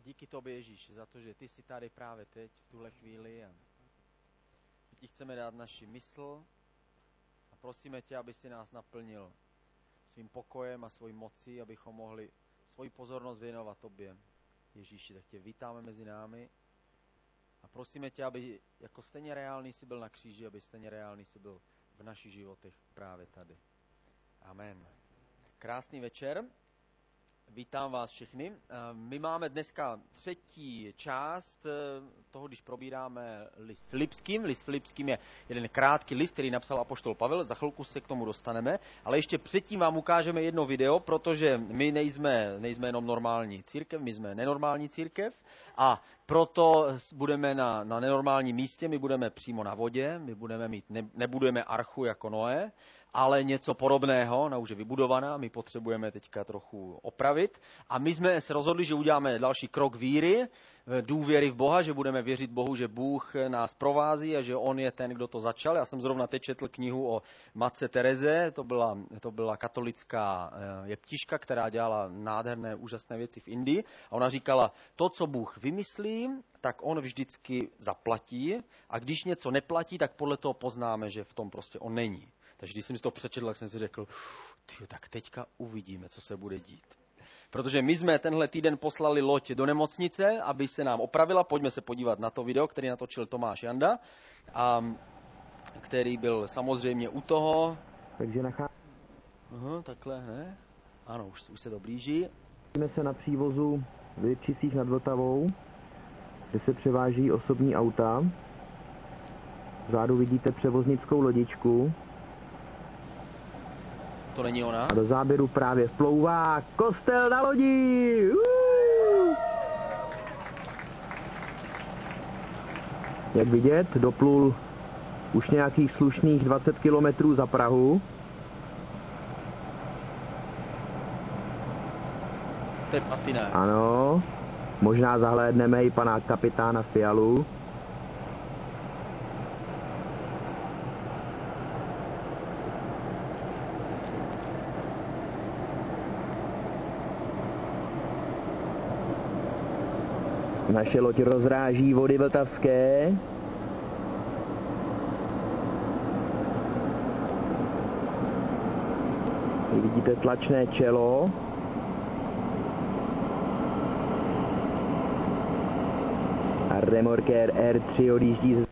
díky tobě, Ježíši, za to, že ty jsi tady právě teď, v tuhle chvíli a my ti chceme dát naši mysl a prosíme tě, aby si nás naplnil svým pokojem a svojí mocí, abychom mohli svoji pozornost věnovat tobě. Ježíši, tak tě vítáme mezi námi a prosíme tě, aby jako stejně reálný jsi byl na kříži, aby stejně reálný jsi byl v našich životech právě tady. Amen. Krásný večer. Vítám vás všechny. My máme dneska třetí část toho, když probíráme list Filipským. List Filipským je jeden krátký list, který napsal apoštol Pavel, za chvilku se k tomu dostaneme, ale ještě předtím vám ukážeme jedno video, protože my nejsme jenom normální církev, my jsme nenormální církev a proto budeme na nenormálním místě, my budeme přímo na vodě, my budeme mít, nebudujeme archu jako Noé, ale něco podobného, ona už je vybudovaná, my potřebujeme teďka trochu opravit. A my jsme se rozhodli, že uděláme další krok víry, důvěry v Boha, že budeme věřit Bohu, že Bůh nás provází a že On je ten, kdo to začal. Já jsem zrovna teď četl knihu o matce Tereze, to byla katolická jeptiška, která dělala nádherné, úžasné věci v Indii. A ona říkala, to, co Bůh vymyslí, tak On vždycky zaplatí a když něco neplatí, tak podle toho poznáme, že v tom prostě On není. Takže když jsem si to přečetl, tak jsem si řekl, tak teďka uvidíme, co se bude dít. Protože my jsme tenhle týden poslali loď do nemocnice, aby se nám opravila. Pojďme se podívat na to video, který natočil Tomáš Janda, a který byl samozřejmě u toho. Takže Takhle, ne? Ano, už se to blíží. Nacházíme se na přívozu v Lipčicích nad Vltavou, kde se převáží osobní auta. Vzadu vidíte převoznickou lodičku. To není ona. A do záběru právě vplouvá kostel na lodi! Jak vidět, doplul už nějakých slušných 20 kilometrů za Prahu. To je patina. Ano, možná zahlédneme i pana kapitána Fialu. Naše loď rozráží vody vltavské. Vy vidíte tlačné čelo. A remorkér R3 odjíždí z...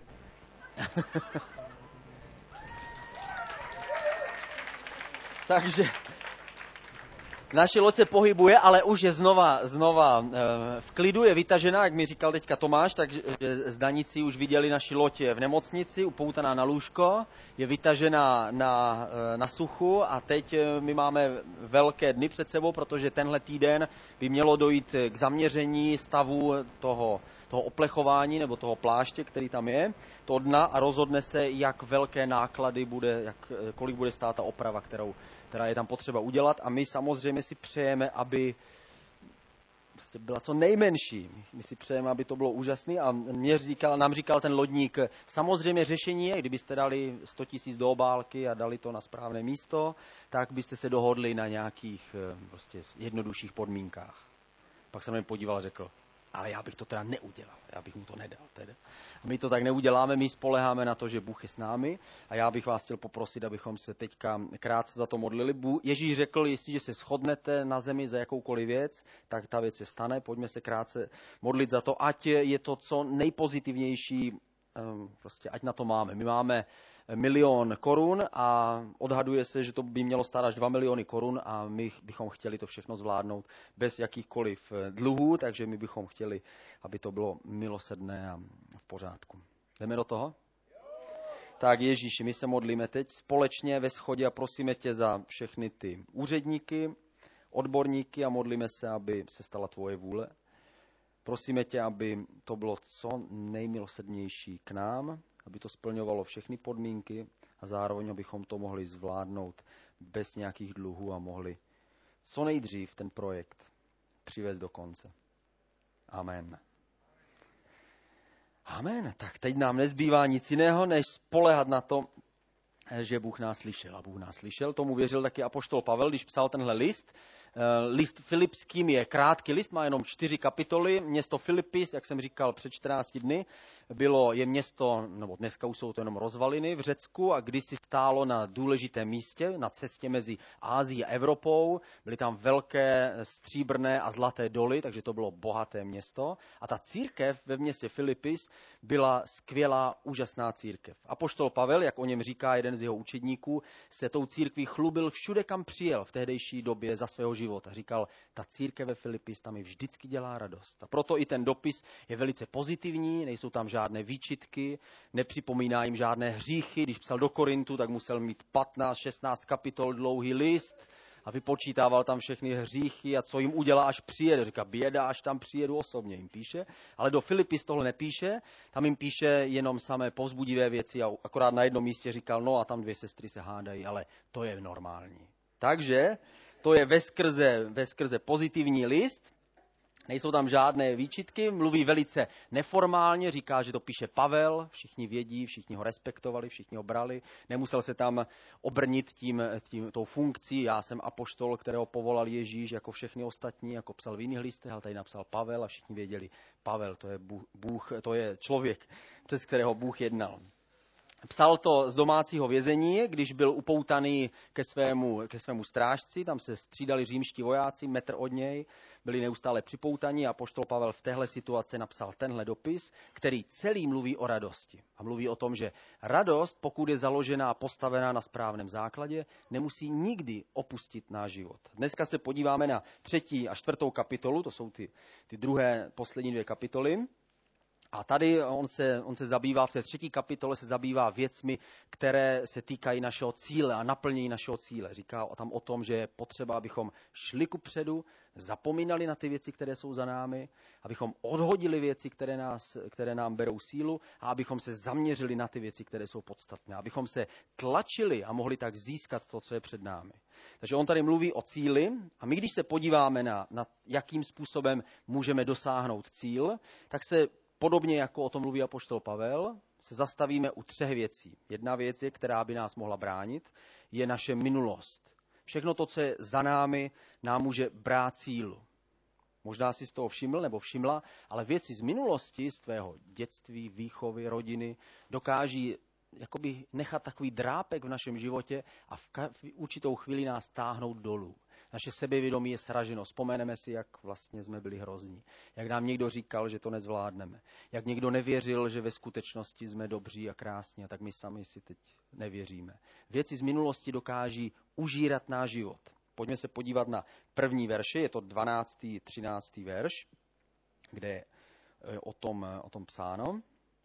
Takže naše loď se pohybuje, ale už je znova v klidu, je vytažená, jak mi říkal teďka Tomáš, takže zdanici už viděli naši loď v nemocnici, upoutaná na lůžko, je vytažená na suchu a teď my máme velké dny před sebou, protože tenhle týden by mělo dojít k zaměření stavu toho oplechování nebo toho pláště, který tam je, toho dna a rozhodne se, jak velké náklady bude, kolik bude stát ta oprava, která je tam potřeba udělat a my samozřejmě si přejeme, aby prostě byla co nejmenší. My si přejeme, aby to bylo úžasné a nám říkal ten lodník, samozřejmě řešení je, kdybyste dali 100 000 do obálky a dali to na správné místo, tak byste se dohodli na nějakých prostě jednodušších podmínkách. Pak jsem mě podíval a řekl, ale já bych to teda neudělal, já bych mu to nedal. Teda. A my to tak neuděláme, my spoleháme na to, že Bůh je s námi a já bych vás chtěl poprosit, abychom se teďka krátce za to modlili. Ježíš řekl, jestliže se shodnete na zemi za jakoukoliv věc, tak ta věc se stane. Pojďme se krátce modlit za to, ať je to co nejpozitivnější, prostě ať na to máme. My máme 1 000 000 korun a odhaduje se, že to by mělo stát až 2 miliony korun a my bychom chtěli to všechno zvládnout bez jakýchkoliv dluhů, takže my bychom chtěli, aby to bylo milosrdné a v pořádku. Jdeme do toho? Tak Ježíši, my se modlíme teď společně ve shodě a prosíme tě za všechny ty úředníky, odborníky a modlíme se, aby se stala tvoje vůle. Prosíme tě, aby to bylo co nejmilosrdnější k nám, aby to splňovalo všechny podmínky a zároveň abychom to mohli zvládnout bez nějakých dluhů a mohli co nejdřív ten projekt přivést do konce. Amen. Amen. Tak teď nám nezbývá nic jiného, než spoléhat na to, že Bůh nás slyšel. A Bůh nás slyšel, tomu věřil taky apoštol Pavel, když psal tenhle list. List Filipským je krátký list, má jenom 4 kapitoly. Město Filipis, jak jsem říkal před 14 dny, je město, nebo dneska už jsou to jenom rozvaliny v Řecku a kdysi stálo na důležitém místě, na cestě mezi Ázií a Evropou. Byly tam velké stříbrné a zlaté doly, takže to bylo bohaté město. A ta církev ve městě Filipis byla skvělá, úžasná církev. Apoštol Pavel, jak o něm říká jeden z jeho učedníků, se tou církví chlubil všude, kam přijel v tehdejší době za svého života. Říkal, ta církev ve Filipis tam mi vždycky dělá radost. A proto i ten dopis je velice pozitivní, nejsou tam žádné výčitky, nepřipomíná jim žádné hříchy. Když psal do Korintu, tak musel mít 15-16 kapitol dlouhý list a vypočítával tam všechny hříchy a co jim udělá, až přijede. Říká, běda, až tam přijedu osobně, jim píše. Ale do Filipis tohle nepíše, tam jim píše jenom samé povzbudivé věci a akorát na jednom místě říkal, no a tam 2 sestry se hádají, ale to je normální. Takže to je veskrze pozitivní list. Nejsou tam žádné výčitky, mluví velice neformálně, říká, že to píše Pavel, všichni vědí, všichni ho respektovali, všichni ho brali. Nemusel se tam obrnit tou funkcí, já jsem apoštol, kterého povolal Ježíš jako všechny ostatní, jako psal v jiných listech, ale tady napsal Pavel a všichni věděli, Pavel, to je Bůh, to je člověk, přes kterého Bůh jednal. Psal to z domácího vězení, když byl upoutaný ke svému strážci, tam se střídali římští vojáci, metr od něj, byli neustále připoutaní a apoštol Pavel v téhle situaci napsal tenhle dopis, který celý mluví o radosti. A mluví o tom, že radost, pokud je založená a postavená na správném základě, nemusí nikdy opustit náš život. Dneska se podíváme na 3. a 4. kapitolu, to jsou ty druhé, poslední 2 kapitoly. A tady on se zabývá, v té 3. kapitole se zabývá věcmi, které se týkají našeho cíle a naplnění našeho cíle. Říká tam o tom, že je potřeba, abychom šli kupředu, zapomínali na ty věci, které jsou za námi, abychom odhodili věci, které nám berou sílu a abychom se zaměřili na ty věci, které jsou podstatné. Abychom se tlačili a mohli tak získat to, co je před námi. Takže on tady mluví o cíli a my, když se podíváme na jakým způsobem můžeme dosáhnout cíl, tak se podobně jako o tom mluví apoštol Pavel, se zastavíme u 3 věcí. Jedna věc je, která by nás mohla bránit, je naše minulost. Všechno to, co je za námi, nám může brát sílu. Možná si z toho všiml nebo všimla, ale věci z minulosti, z tvého dětství, výchovy, rodiny, dokáží jakoby nechat takový drápek v našem životě a v určitou chvíli nás táhnout dolů. Naše sebevědomí je sraženo. Vzpomeneme si, jak vlastně jsme byli hrozní. Jak nám někdo říkal, že to nezvládneme. Jak někdo nevěřil, že ve skutečnosti jsme dobří a krásní, a tak my sami si teď nevěříme. Věci z minulosti dokáží užírat náš život. Pojďme se podívat na 1. verši, je to 12. 13. verš, kde je o tom psáno.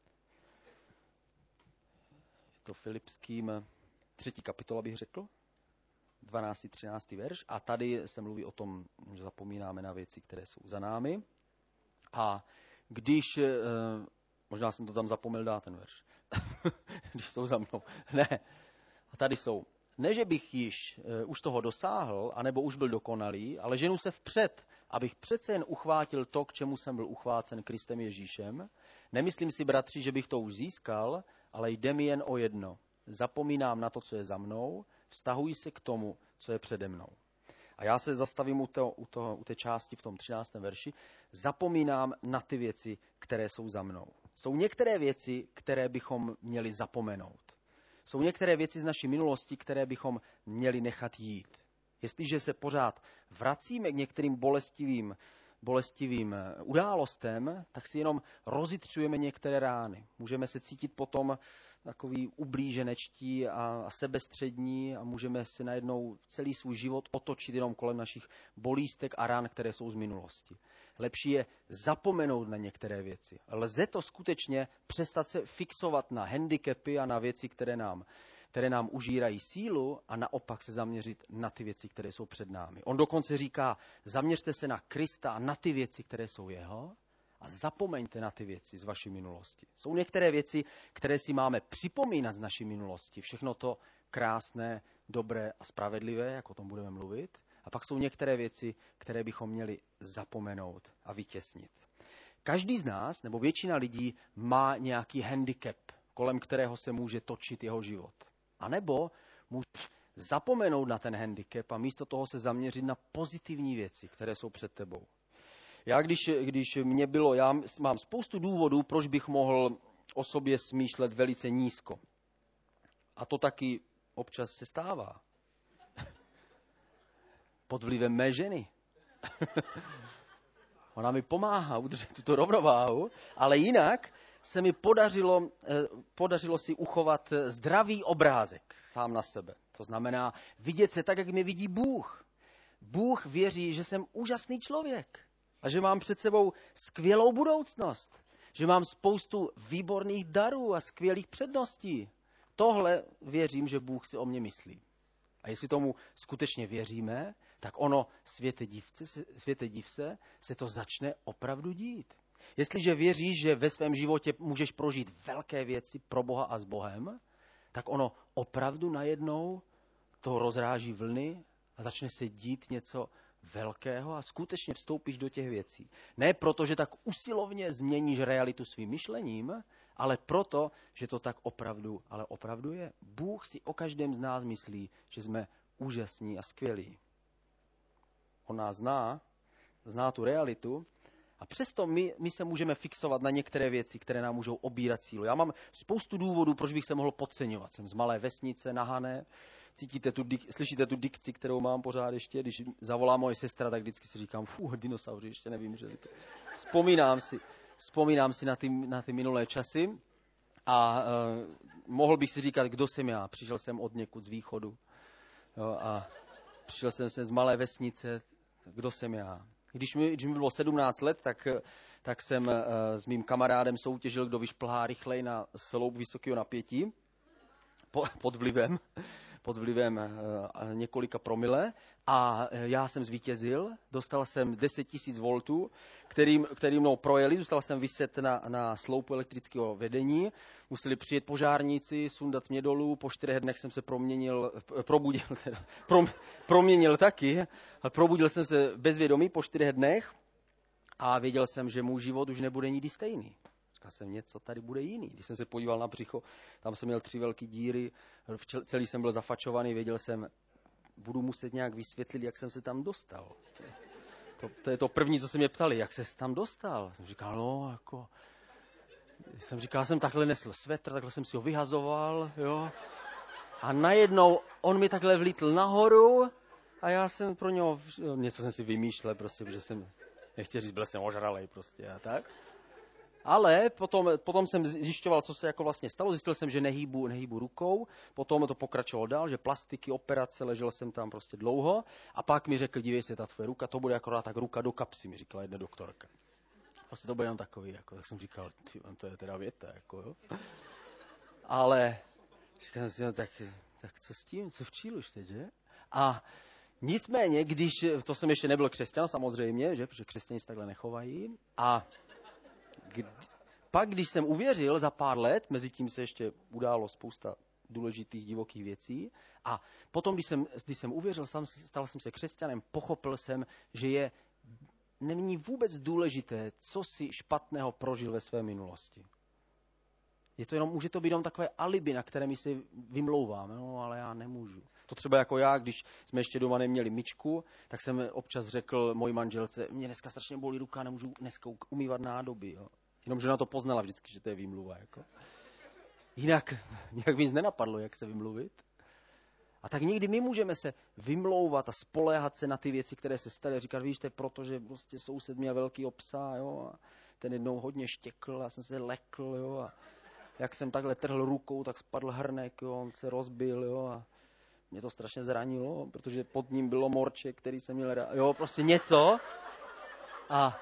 Je to Filipským 3. kapitola, bych řekl. 12. 13. verš a tady se mluví o tom, že zapomínáme na věci, které jsou za námi. A když, možná jsem to tam zapomněl dát ten verš, když jsou za mnou, ne, a tady jsou. Ne, že bych už toho dosáhl, anebo už byl dokonalý, ale ženu se vpřed, abych přece jen uchvátil to, k čemu jsem byl uchvácen Kristem Ježíšem. Nemyslím si, bratři, že bych to už získal, ale jde mi jen o jedno. Zapomínám na to, co je za mnou, vztahují se k tomu, co je přede mnou. A já se zastavím u té části v tom 13. verši. Zapomínám na ty věci, které jsou za mnou. Jsou některé věci, které bychom měli zapomenout. Jsou některé věci z naší minulosti, které bychom měli nechat jít. Jestliže se pořád vracíme k některým bolestivým událostem, tak si jenom rozjitřujeme některé rány. Můžeme se cítit potom takový ublíženečtí a sebestřední a můžeme si najednou celý svůj život otočit jenom kolem našich bolístek a ran, které jsou z minulosti. Lepší je zapomenout na některé věci. Lze to skutečně přestat se fixovat na handicapy a na věci, které nám užírají sílu a naopak se zaměřit na ty věci, které jsou před námi. On dokonce říká, zaměřte se na Krista a na ty věci, které jsou jeho, a zapomeňte na ty věci z vaší minulosti. Jsou některé věci, které si máme připomínat z naší minulosti. Všechno to krásné, dobré a spravedlivé, jak o tom budeme mluvit. A pak jsou některé věci, které bychom měli zapomenout a vytěsnit. Každý z nás, nebo většina lidí, má nějaký handicap, kolem kterého se může točit jeho život. A nebo může zapomenout na ten handicap a místo toho se zaměřit na pozitivní věci, které jsou před tebou. Já když mě bylo, já mám spoustu důvodů, proč bych mohl o sobě smýšlet velice nízko. A to taky občas se stává. Pod vlivem mé ženy. Ona mi pomáhá udržet tuto rovnováhu, ale jinak se mi podařilo si uchovat zdravý obrázek sám na sebe. To znamená vidět se tak, jak mě vidí Bůh. Bůh věří, že jsem úžasný člověk a že mám před sebou skvělou budoucnost, že mám spoustu výborných darů a skvělých předností. Tohle věřím, že Bůh si o mě myslí. A jestli tomu skutečně věříme, tak ono, světe div se, se to začne opravdu dít. Jestliže věříš, že ve svém životě můžeš prožít velké věci pro Boha a s Bohem, tak ono opravdu najednou to rozráží vlny a začne se dít něco velkého a skutečně vstoupíš do těch věcí. Ne proto, že tak usilovně změníš realitu svým myšlením, ale proto, že to tak opravdu je. Bůh si o každém z nás myslí, že jsme úžasní a skvělí. On nás zná tu realitu a přesto my se můžeme fixovat na některé věci, které nám můžou obírat sílu. Já mám spoustu důvodů, proč bych se mohl podceňovat. Jsem z malé vesnice na Hané. Slyšíte tu dikci, kterou mám pořád ještě? Když zavolá moje sestra, tak vždycky si říkám, dinosauři, ještě nevím, že to. Vzpomínám si na ty minulé časy a mohl bych si říkat, kdo jsem já. Přišel jsem od někud z východu a přišel jsem se z malé vesnice, kdo jsem já. Když mi bylo 17 let, tak jsem s mým kamarádem soutěžil, kdo vyšplhá rychleji na sloup vysokého napětí pod vlivem několika promile a já jsem zvítězil, dostal jsem 10 000 voltů, který mnou projeli, zůstal jsem viset na sloupu elektrického vedení, museli přijet požárníci, sundat mě dolů, po 4 dnech jsem se proměnil taky, ale probudil jsem se bezvědomý po 4 dnech a věděl jsem, že můj život už nebude nikdy stejný. Říkal jsem, něco tady bude jiný. Když jsem se podíval na břicho, tam jsem měl 3 velké díry, celý jsem byl zafačovaný, věděl jsem, budu muset nějak vysvětlit, jak jsem se tam dostal. To je to první, co se mě ptali, jak se tam dostal. Jsem říkal, jsem takhle nesl svetr, takhle jsem si ho vyhazoval, jo. A najednou on mi takhle vlítl nahoru a já jsem pro něho, něco jsem si vymýšlel, prostě, protože jsem, nechtěl říct, byl jsem ožralej prostě a tak. Ale potom jsem zjišťoval, co se jako vlastně stalo. Zjistil jsem, že nehýbu rukou. Potom to pokračovalo dál, že plastiky, operace, ležel jsem tam prostě dlouho. A pak mi řekl, dívej se, ta tvoje ruka, to bude akorát tak ruka do kapsy, mi říkala jedna doktorka. Prostě to bude jenom takový, jako, tak jsem říkal, to je teda věta, jako jo. Ale říkal jsem si, tak co s tím, co v Číluš teď, že? A nicméně, to jsem ještě nebyl křesťan samozřejmě, že? Protože křesťané se takhle nechovají. A pak, když jsem uvěřil za pár let, mezi tím se ještě událo spousta důležitých divokých věcí a potom, když jsem uvěřil, stal jsem se křesťanem, pochopil jsem, že není vůbec důležité, co si špatného prožil ve své minulosti. Může to být jenom takové alibi, na které my si vymlouváme, ale já nemůžu. To třeba jako já, když jsme ještě doma neměli myčku, tak jsem občas řekl mojí manželce, mě dneska strašně bolí ruka, nemůžu dneska umývat nádoby. Jo. Jenomže ona to poznala vždycky, že to je výmluva. Jako. Jinak mi nic nenapadlo, jak se vymluvit. A tak někdy my můžeme se vymlouvat a spoléhat se na ty věci, které se staly. Říkat, víš, to je proto, že prostě soused měl velký psa, jo, a ten jednou hodně štěkl, já jsem se lekl, jo, a jak jsem takhle trhl rukou, tak spadl hrnek, jo, on se rozbil, jo, a mě to strašně zranilo, protože pod ním bylo morče, který jsem měl rád, jo, prostě něco. A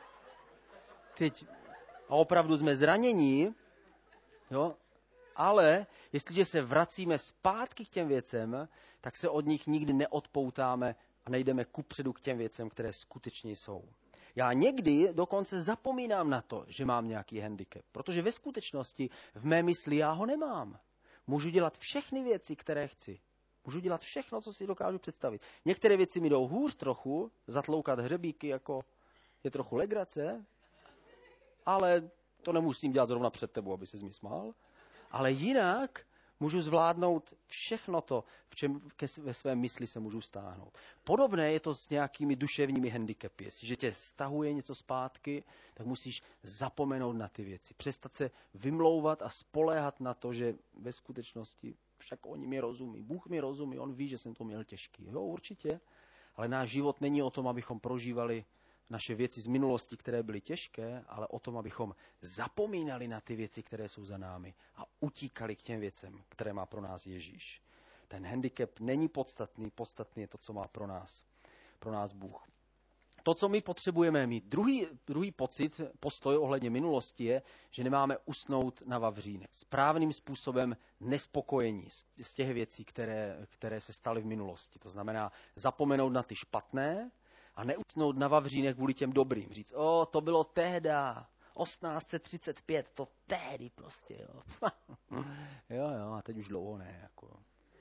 opravdu jsme zranění, jo, ale jestliže se vracíme zpátky k těm věcem, tak se od nich nikdy neodpoutáme a nejdeme kupředu k těm věcem, které skutečně jsou. Já někdy dokonce zapomínám na to, že mám nějaký handicap, protože ve skutečnosti v mé mysli já ho nemám. Můžu dělat všechny věci, které chci. Můžu dělat všechno, co si dokážu představit. Některé věci mi jdou hůř trochu, zatloukat hřebíky, jako je trochu legrace, ale to nemusím dělat zrovna před tebou, aby ses mi smál. Ale jinak Můžu zvládnout všechno to, v čem ve své mysli se můžu stáhnout. Podobné je to s nějakými duševními handicapy. Jestliže tě stahuje něco zpátky, tak musíš zapomenout na ty věci. Přestat se vymlouvat a spoléhat na to, že ve skutečnosti však oni mi rozumí. Bůh mi rozumí, on ví, že jsem to měl těžký. Jo, určitě. Ale náš život není o tom, abychom prožívali naše věci z minulosti, které byly těžké, ale o tom, abychom zapomínali na ty věci, které jsou za námi a utíkali k těm věcem, které má pro nás Ježíš. Ten handicap není podstatný, podstatný je to, co má pro nás Bůh. To, co my potřebujeme mít. Druhý postoj ohledně minulosti je, že nemáme usnout na vavříně. Správným způsobem nespokojení z těch věcí, které se staly v minulosti. To znamená zapomenout na ty špatné a neusnout na vavřínech kvůli těm dobrým. Říct, to bylo tehda, 1835, to tehdy prostě. Jo, a teď už dlouho ne. Jako.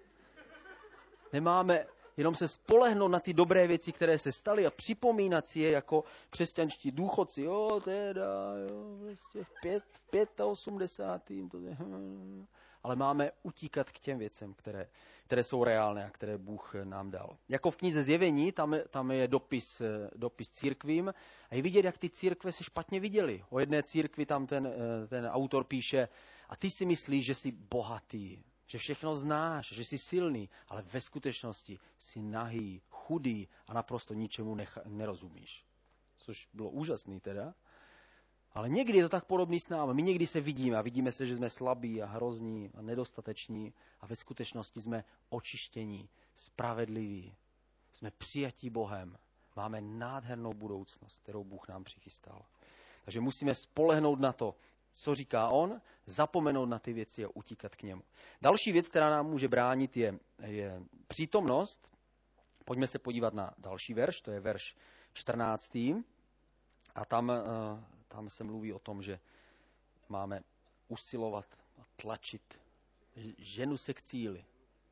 Nemáme jenom se spolehnout na ty dobré věci, které se staly a připomínat si je jako křesťanští důchodci. Prostě v 85. Ale máme utíkat k těm věcem, které jsou reálné a které Bůh nám dal. Jako v knize Zjevení, tam je dopis církvím a je vidět, jak ty církve se špatně viděly. O jedné církvi tam ten autor píše, a ty si myslíš, že jsi bohatý, že všechno znáš, že jsi silný, ale ve skutečnosti jsi nahý, chudý a naprosto ničemu nerozumíš. Což bylo úžasný teda. Ale někdy je to tak podobný s námi. My někdy se vidíme a vidíme se, že jsme slabí a hrozní a nedostateční a ve skutečnosti jsme očištění, spravedliví. Jsme přijatí Bohem. Máme nádhernou budoucnost, kterou Bůh nám přichystal. Takže musíme spolehnout na to, co říká on, zapomenout na ty věci a utíkat k němu. Další věc, která nám může bránit, je přítomnost. Pojďme se podívat na další verš, to je verš 14. A tam se mluví o tom, že máme usilovat a tlačit ženu se k cíli.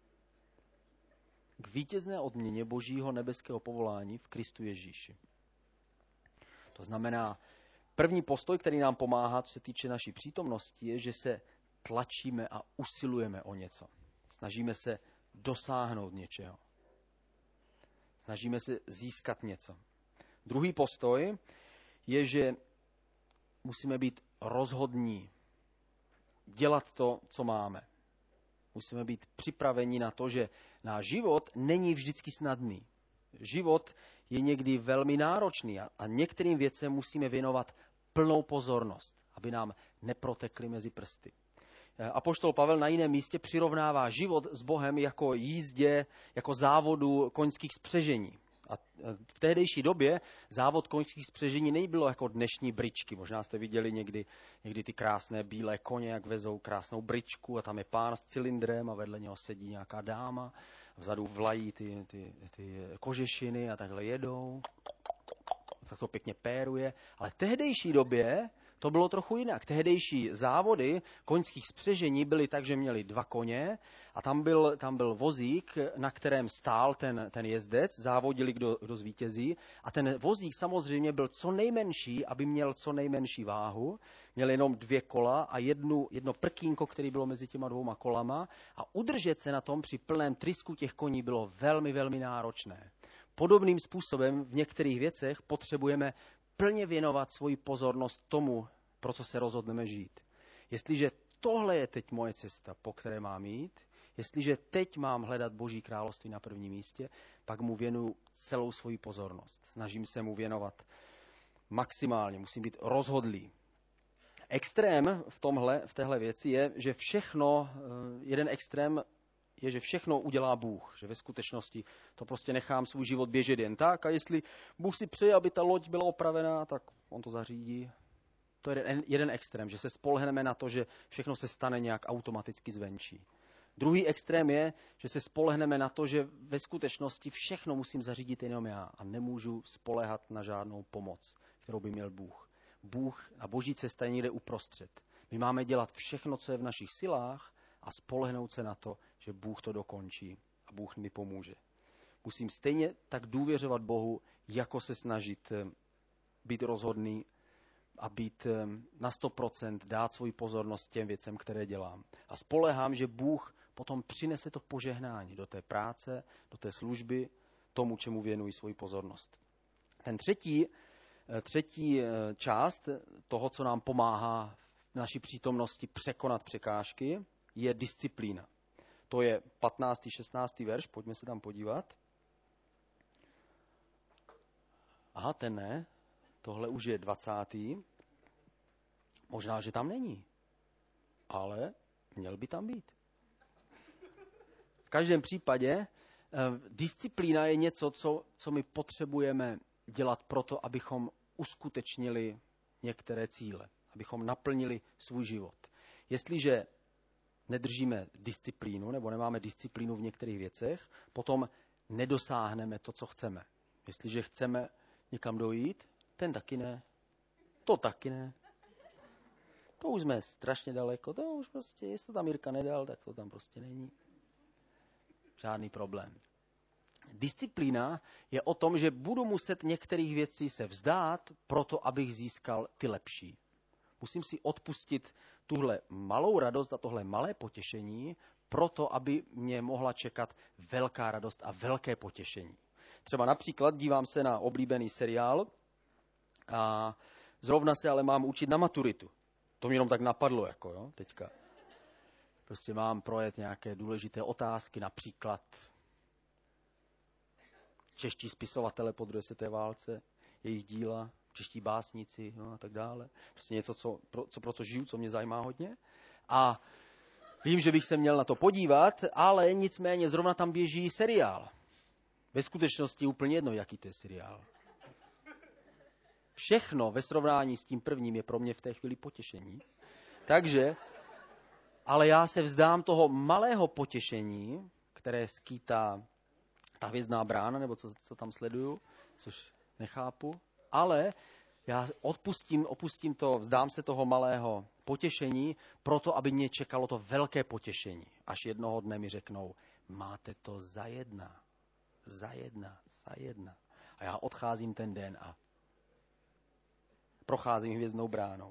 K vítězné odměně Božího nebeského povolání v Kristu Ježíši. To znamená, první postoj, který nám pomáhá, co se týče naší přítomnosti, je, že se tlačíme a usilujeme o něco. Snažíme se dosáhnout něčeho. Snažíme se získat něco. Druhý postoj je, že musíme být rozhodní. Dělat to, co máme. Musíme být připraveni na to, že náš život není vždycky snadný. Život je někdy velmi náročný a některým věcem musíme věnovat plnou pozornost, aby nám neprotekly mezi prsty. Apoštol Pavel na jiném místě přirovnává život s Bohem jako jízdě, jako závodu koňských spřežení. A v tehdejší době závod koňských spřežení nebylo jako dnešní bryčky. Možná jste viděli někdy ty krásné bílé koně, jak vezou krásnou bryčku a tam je pán s cylindrem a vedle něho sedí nějaká dáma. Vzadu vlají ty kožešiny a takhle jedou. Tak to pěkně péruje. Ale v tehdejší době to bylo trochu jinak. Tehdejší závody koňských spřežení byly tak, že měli 2 koně a tam byl vozík, na kterém stál ten jezdec, závodili, kdo zvítězí. A ten vozík samozřejmě byl co nejmenší, aby měl co nejmenší váhu. Měl jenom 2 kola a jedno prkínko, které bylo mezi těma 2 kolama. A udržet se na tom při plném trysku těch koní bylo velmi, velmi náročné. Podobným způsobem v některých věcech potřebujeme plně věnovat svoji pozornost tomu, pro co se rozhodneme žít. Jestliže tohle je teď moje cesta, po které mám jít, jestliže teď mám hledat Boží království na prvním místě, pak mu věnuju celou svoji pozornost. Snažím se mu věnovat maximálně, musím být rozhodlý. Extrém v téhle věci je, že jeden extrém je, že všechno udělá Bůh, že ve skutečnosti to prostě nechám svůj život běžet jen tak a jestli Bůh si přeje, aby ta loď byla opravená, tak on to zařídí. To je jeden extrém, že se spolehneme na to, že všechno se stane nějak automaticky zvenčí. Druhý extrém je, že se spolehneme na to, že ve skutečnosti všechno musím zařídit jenom já a nemůžu spoléhat na žádnou pomoc, kterou by měl Bůh. Bůh a Boží cesta je někde uprostřed. My máme dělat všechno, co je v našich silách a spolehnout se na to, že Bůh to dokončí a Bůh mi pomůže. Musím stejně tak důvěřovat Bohu, jako se snažit být rozhodný a být na 100%, dát svoji pozornost těm věcem, které dělám. A spoléhám, že Bůh potom přinese to požehnání do té práce, do té služby, tomu, čemu věnují svoji pozornost. Ten třetí část toho, co nám pomáhá v naší přítomnosti překonat překážky, je disciplína. To je 15. 16. verš, pojďme se tam podívat. Aha, ten ne, tohle už je 20. Možná, že tam není, ale měl by tam být. V každém případě disciplína je něco, co my potřebujeme dělat proto, abychom uskutečnili některé cíle, abychom naplnili svůj život. Jestliže nedržíme disciplínu nebo nemáme disciplínu v některých věcech, potom nedosáhneme to, co chceme. Jestliže chceme někam dojít, ten taky ne, to taky ne. To už jsme strašně daleko, to už prostě, jestli to tam Jirka nedal, tak to tam prostě není. Žádný problém. Disciplína je o tom, že budu muset některých věcí se vzdát, proto abych získal ty lepší. Musím si odpustit tuhle malou radost a tohle malé potěšení, proto aby mě mohla čekat velká radost a velké potěšení. Třeba například dívám se na oblíbený seriál a zrovna se ale mám učit na maturitu. To mě jenom tak napadlo, jako jo, teďka. Prostě mám projet nějaké důležité otázky, například čeští spisovatele po druhé světové válce, jejich díla, čeští básníci, no a tak dále. Prostě něco, pro co žiju, co mě zajímá hodně. A vím, že bych se měl na to podívat, ale nicméně zrovna tam běží seriál. Ve skutečnosti úplně jedno, jaký to je seriál. Všechno ve srovnání s tím prvním je pro mě v té chvíli potěšení. Takže, ale já se vzdám toho malého potěšení, které skýtá ta hvězdná brána, nebo co tam sleduju, což nechápu, ale já opustím to, vzdám se toho malého potěšení, proto, aby mě čekalo to velké potěšení. Až jednoho dne mi řeknou, máte to za jedna. A já odcházím ten den a procházím hvězdnou bránou.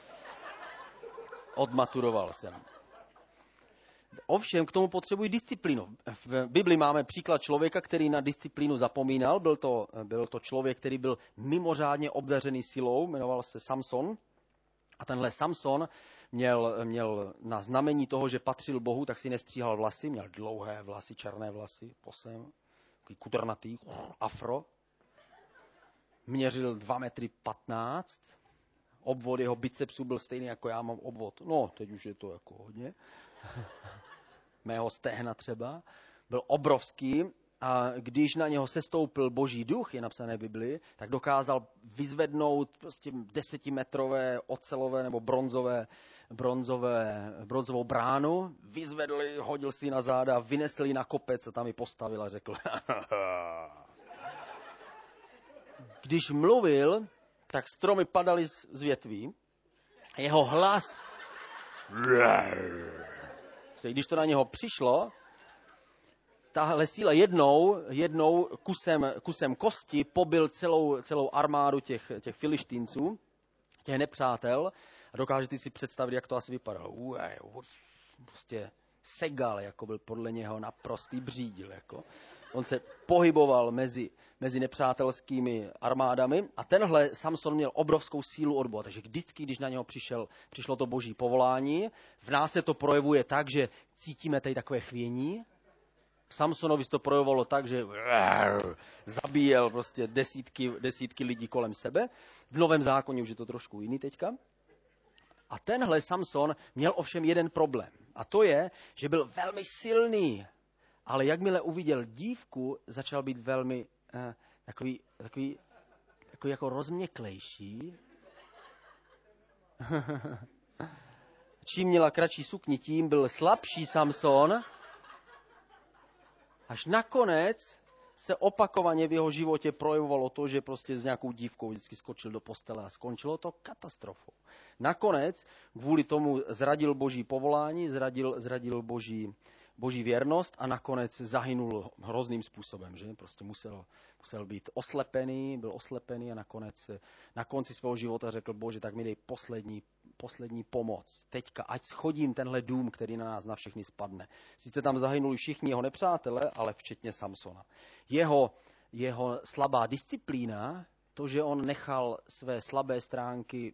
Odmaturoval jsem. Ovšem, k tomu potřebuji disciplínu. V Bibli máme příklad člověka, který na disciplínu zapomínal. Byl to člověk, který byl mimořádně obdařený silou, jmenoval se Samson. A tenhle Samson měl na znamení toho, že patřil Bohu, tak si nestříhal vlasy, měl dlouhé vlasy, černé vlasy, posem, takový kudrnatý, afro. Měřil 2,15 m, obvod jeho bicepsu byl stejný, jako já mám obvod. No, teď už je to jako hodně. Mého stehna třeba. Byl obrovský a když na něho sestoupil Boží duch, je napsané v Biblii, tak dokázal vyzvednout prostě 10metrové ocelové nebo bronzovou bránu, vyzvedl ji, hodil si ji na záda, vynesl ji na kopec a tam ji postavil a řekl Když mluvil, tak stromy padaly z větví. Jeho hlas, když to na něho přišlo, tahle síla jednou kusem kosti pobil celou armádu těch Filištínců, těch nepřátel. A dokážete si představit, jak to asi vypadalo. Prostě segal, jako byl podle něho naprostý břídil. Jako. On se pohyboval mezi nepřátelskými armádami a tenhle Samson měl obrovskou sílu odboje. Takže vždycky, když na něho přišlo to boží povolání, v nás se to projevuje tak, že cítíme tady takové chvění. Samsonovi to projevovalo tak, že zabíjel prostě desítky lidí kolem sebe. V Novém zákoně už je to trošku jiný teďka. A tenhle Samson měl ovšem jeden problém. A to je, že byl velmi silný. Ale jakmile uviděl dívku, začal být velmi takový jako rozměklejší. Čím měla kratší sukni, tím byl slabší Samson. Až nakonec se opakovaně v jeho životě projevovalo to, že prostě s nějakou dívkou vždycky skočil do postele a skončilo to katastrofou. Nakonec kvůli tomu zradil boží povolání, zradil boží věrnost a nakonec zahynul hrozným způsobem, že prostě musel být byl oslepený a nakonec na konci svého života řekl, Bože, tak mi dej poslední pomoc. Teďka, ať schodím tenhle dům, který na nás na všechny spadne. Sice tam zahynuli všichni jeho nepřátelé, ale včetně Samsona. Jeho slabá disciplína, to, že on nechal své slabé stránky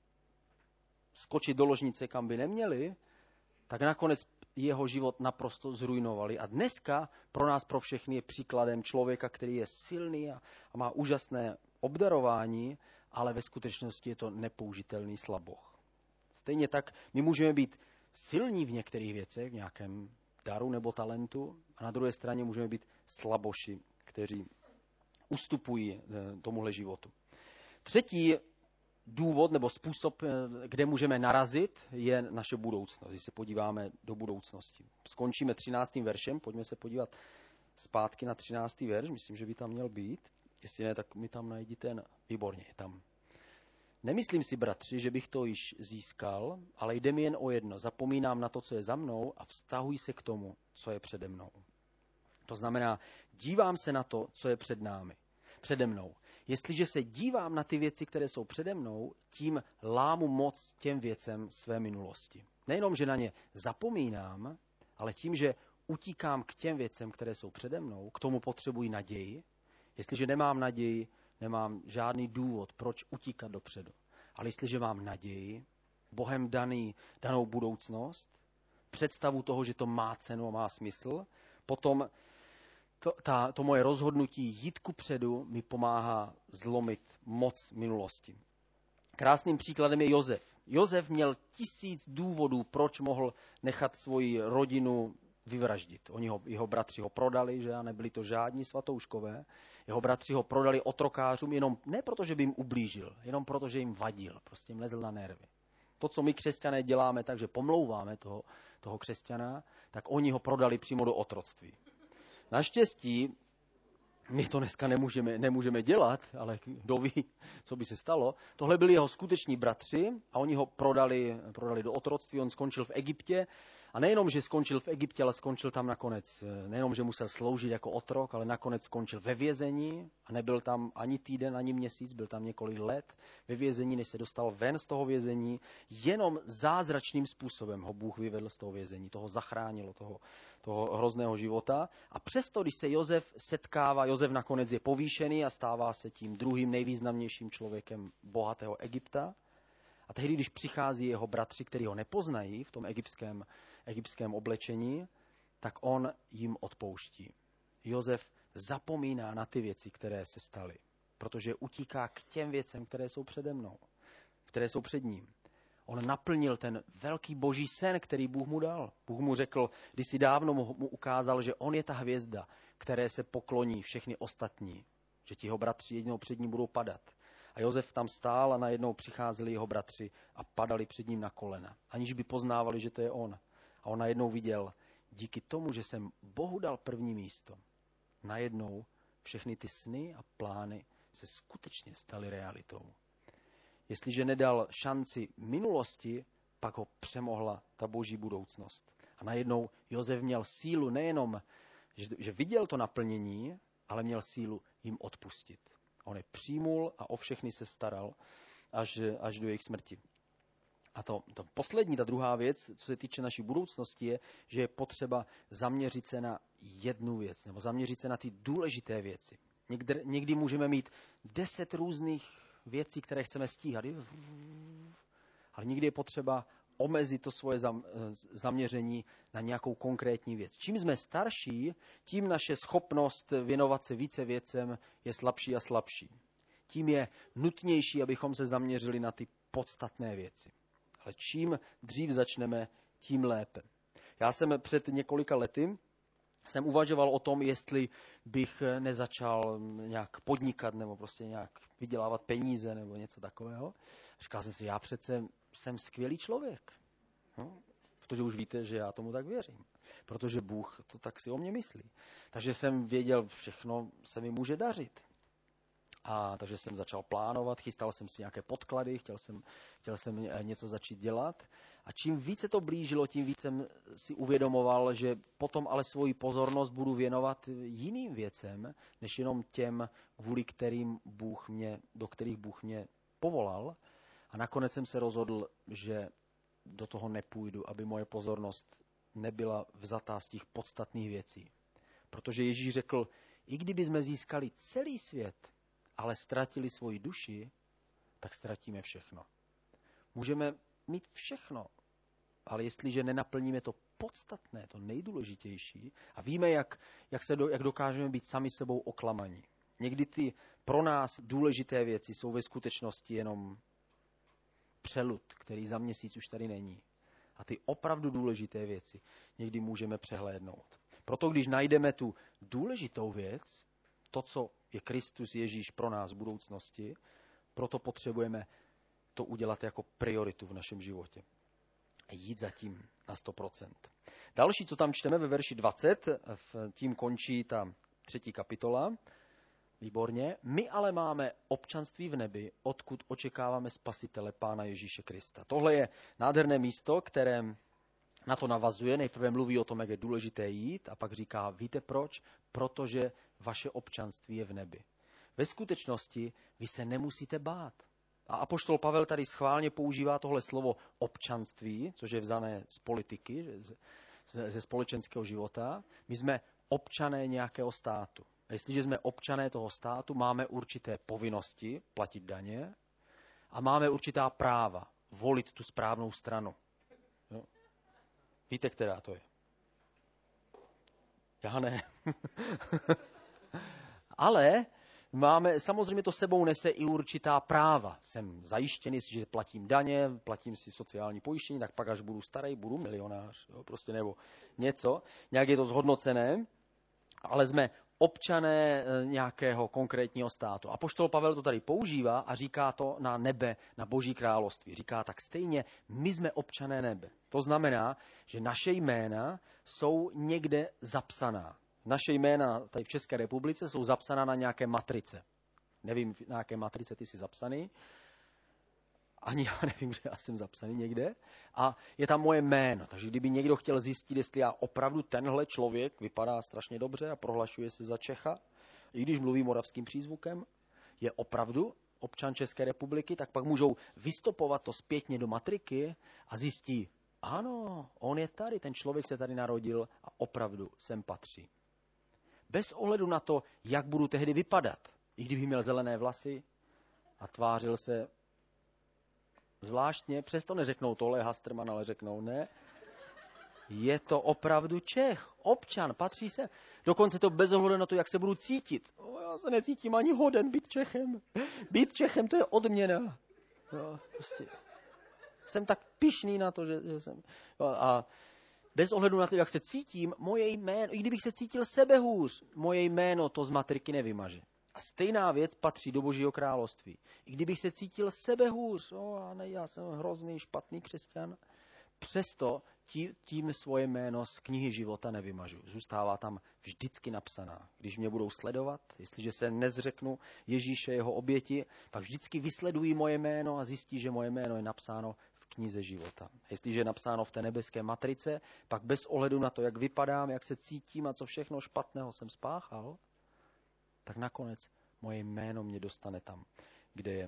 skočit do ložnice, kam by neměli, tak nakonec jeho život naprosto zrujnovali. A dneska pro nás, pro všechny, je příkladem člověka, který je silný a má úžasné obdarování, ale ve skutečnosti je to nepoužitelný slaboch. Stejně tak my můžeme být silní v některých věcech, v nějakém daru nebo talentu, a na druhé straně můžeme být slaboši, kteří ustupují tomuhle životu. Třetí důvod nebo způsob, kde můžeme narazit, je naše budoucnost. Když se podíváme do budoucnosti. Skončíme 13. veršem, pojďme se podívat zpátky na 13. verš, myslím, že by tam měl být. Jestli ne, tak mi tam najdi ten, výborně, je tam. Nemyslím si, bratři, že bych to již získal, ale jde mi jen o jedno. Zapomínám na to, co je za mnou a vztahuji se k tomu, co je přede mnou. To znamená, dívám se na to, co je přede mnou. Jestliže se dívám na ty věci, které jsou přede mnou, tím lámu moc těm věcem své minulosti. Nejenom, že na ně zapomínám, ale tím, že utíkám k těm věcem, které jsou přede mnou, k tomu potřebuji naději. Jestliže nemám naději, nemám žádný důvod, proč utíkat dopředu. Ale jestliže mám naději, Bohem danou budoucnost, představu toho, že to má cenu a má smysl, potom to moje rozhodnutí jít kupředu mi pomáhá zlomit moc minulosti. Krásným příkladem je Josef. Josef měl 1000 důvodů, proč mohl nechat svoji rodinu vyvraždit. Jeho bratři ho prodali, že a nebyli to žádní svatouškové. Jeho bratři ho prodali otrokářům jenom ne proto, že by jim ublížil, jenom proto, že jim vadil, prostě jim lezl na nervy. To, co my křesťané děláme, takže pomlouváme toho křesťana, tak oni ho prodali přímo do otroctví. Naštěstí my to dneska nemůžeme dělat, ale kdo ví, co by se stalo. Tohle byli jeho skuteční bratři a oni ho prodali do otroctví. On skončil v Egyptě a nejenom, že skončil v Egyptě, ale skončil tam nakonec, nejenom, že musel sloužit jako otrok, ale nakonec skončil ve vězení a nebyl tam ani týden, ani měsíc, byl tam několik let ve vězení, než se dostal ven z toho vězení. Jenom zázračným způsobem ho Bůh vyvedl z toho vězení, toho zachránilo, toho hrozného života. A přesto, když se Josef setkává, Josef nakonec je povýšený a stává se tím druhým nejvýznamnějším člověkem bohatého Egypta. A tehdy, když přichází jeho bratři, kteří ho nepoznají v tom egyptském oblečení, tak on jim odpouští. Josef zapomíná na ty věci, které se staly, protože utíká k těm věcem, které jsou přede mnou, které jsou před ním. On naplnil ten velký boží sen, který Bůh mu dal. Bůh mu řekl, když si dávno mu ukázal, že on je ta hvězda, které se pokloní všechny ostatní, že ti jeho bratři jednou před ním budou padat. A Josef tam stál a najednou přicházeli jeho bratři a padali před ním na kolena, aniž by poznávali, že to je on. A on najednou viděl, díky tomu, že jsem Bohu dal první místo, najednou všechny ty sny a plány se skutečně staly realitou. Jestliže nedal šanci minulosti, pak ho přemohla ta boží budoucnost. A najednou Josef měl sílu nejenom, že viděl to naplnění, ale měl sílu jim odpustit. On je přijmul a o všechny se staral až do jejich smrti. A to poslední, ta druhá věc, co se týče naší budoucnosti, je, že je potřeba zaměřit se na jednu věc, nebo zaměřit se na ty důležité věci. Někdy můžeme mít 10 různých věcí, které chceme stíhat, ale někdy je potřeba omezit to svoje zaměření na nějakou konkrétní věc. Čím jsme starší, tím naše schopnost věnovat se více věcem je slabší a slabší. Tím je nutnější, abychom se zaměřili na ty podstatné věci. Ale čím dřív začneme, tím lépe. Já jsem před několika lety uvažoval o tom, jestli bych nezačal nějak podnikat nebo prostě nějak vydělávat peníze nebo něco takového. Říkal jsem si, já přece jsem skvělý člověk. No, protože už víte, že já tomu tak věřím. Protože Bůh to tak si o mě myslí. Takže jsem věděl, všechno se mi může dařit. A takže jsem začal plánovat, chystal jsem si nějaké podklady, chtěl jsem něco začít dělat. A čím více to blížilo, tím více jsem si uvědomoval, že potom ale svoji pozornost budu věnovat jiným věcem, než jenom těm, do kterých Bůh mě povolal. A nakonec jsem se rozhodl, že do toho nepůjdu, aby moje pozornost nebyla vzatá z těch podstatných věcí. Protože Ježíš řekl, i kdyby jsme získali celý svět, ale ztratili svoji duši, tak ztratíme všechno. Můžeme mít všechno, ale jestliže nenaplníme to podstatné, to nejdůležitější, a víme, jak dokážeme být sami sebou oklamaní. Někdy ty pro nás důležité věci jsou ve skutečnosti jenom přelud, který za měsíc už tady není. A ty opravdu důležité věci někdy můžeme přehlédnout. Proto když najdeme tu důležitou věc, to, co je Kristus Ježíš pro nás v budoucnosti, proto potřebujeme to udělat jako prioritu v našem životě. A jít za tím na 100%. Další, co tam čteme ve verši 20, tím končí ta 3. kapitola. Výborně. My ale máme občanství v nebi, odkud očekáváme spasitele Pána Ježíše Krista. Tohle je nádherné místo, které na to navazuje. Nejprve mluví o tom, jak je důležité jít a pak říká, víte proč? Protože vaše občanství je v nebi. Ve skutečnosti vy se nemusíte bát. A apoštol Pavel tady schválně používá tohle slovo občanství, což je vzané z politiky, ze společenského života. My jsme občané nějakého státu. A jestliže jsme občané toho státu, máme určité povinnosti platit daně a máme určitá práva volit tu správnou stranu. Jo? Víte, která to je? Já ne. Ale samozřejmě to sebou nese i určitá práva. Jsem zajištěný, že platím daně, platím si sociální pojištění, tak pak, až budu starý, budu milionář. Jo? Prostě nebo něco. Nějak je to zhodnocené, ale jsme občané nějakého konkrétního státu. Apoštol Pavel to tady používá a říká to na nebe, na Boží království. Říká tak stejně, my jsme občané nebe. To znamená, že naše jména jsou někde zapsaná. Naše jména tady v České republice jsou zapsaná na nějaké matrice. Nevím, na jaké matrice ty jsi zapsaný. Ani já nevím, že já jsem zapsaný někde. A je tam moje jméno. Takže kdyby někdo chtěl zjistit, jestli já opravdu tenhle člověk vypadá strašně dobře a prohlašuje se za Čecha, i když mluví moravským přízvukem, je opravdu občan České republiky, tak pak můžou vystopovat to zpětně do matriky a zjistí, ano, on je tady, ten člověk se tady narodil a opravdu sem patří. Bez ohledu na to, jak budu tehdy vypadat. I kdybych měl zelené vlasy a tvářil se zvláštně, přesto neřeknou tohle je Hasterman, ale řeknou ne. Je to opravdu Čech, občan, patří se. Dokonce to bez ohledu na to, jak se budu cítit. Já se necítím ani hoden být Čechem. Být Čechem, to je odměna. Jo, prostě. Jsem tak pyšný na to, že jsem. A bez ohledu na to, jak se cítím, moje jméno, i kdybych se cítil sebehůř, moje jméno to z matriky nevymaže. A stejná věc patří do Božího království. I kdybych se cítil sebehůř, já jsem hrozný, špatný křesťan, přesto tím svoje jméno z knihy života nevymažu. Zůstává tam vždycky napsaná. Když mě budou sledovat, jestliže se nezřeknu Ježíše, jeho oběti, pak vždycky vysledují moje jméno a zjistí, že moje jméno je napsáno v knize života. Jestliže je napsáno v té nebeské matrice, pak bez ohledu na to, jak vypadám, jak se cítím a co všechno špatného jsem spáchal, tak nakonec moje jméno mě dostane tam, kde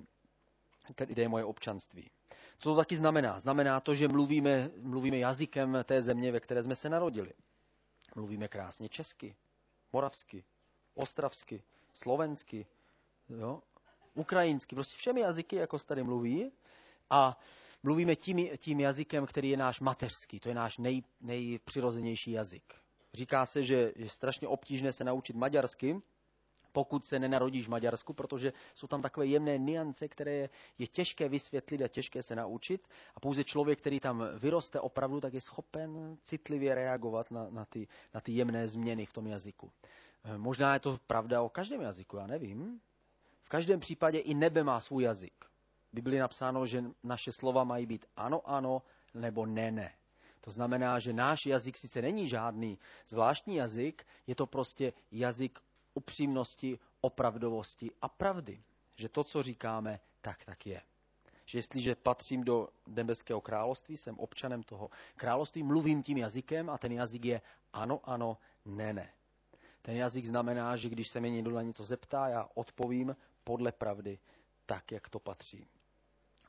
je moje občanství. Co to taky znamená? Znamená to, že mluvíme jazykem té země, ve které jsme se narodili. Mluvíme krásně česky, moravsky, ostravsky, slovensky, jo? Ukrajinsky, prostě všemi jazyky, jako se tady mluví. A mluvíme tím jazykem, který je náš mateřský, to je náš nejpřirozenější jazyk. Říká se, že je strašně obtížné se naučit maďarsky, pokud se nenarodíš v Maďarsku, protože jsou tam takové jemné nuance, které je těžké vysvětlit a těžké se naučit. A pouze člověk, který tam vyroste opravdu, tak je schopen citlivě reagovat na ty jemné změny v tom jazyku. Možná je to pravda o každém jazyku, já nevím. V každém případě i nebe má svůj jazyk. V Biblii napsáno, že naše slova mají být ano, ano, nebo ne, ne. To znamená, že náš jazyk sice není žádný zvláštní jazyk, je to prostě jazyk upřímnosti, opravdovosti a pravdy. Že to, co říkáme, tak je. Že jestliže patřím do nebeského království, jsem občanem toho království, mluvím tím jazykem a ten jazyk je ano, ano, ne, ne. Ten jazyk znamená, že když se mě někdo na něco zeptá, já odpovím podle pravdy tak, jak to patří.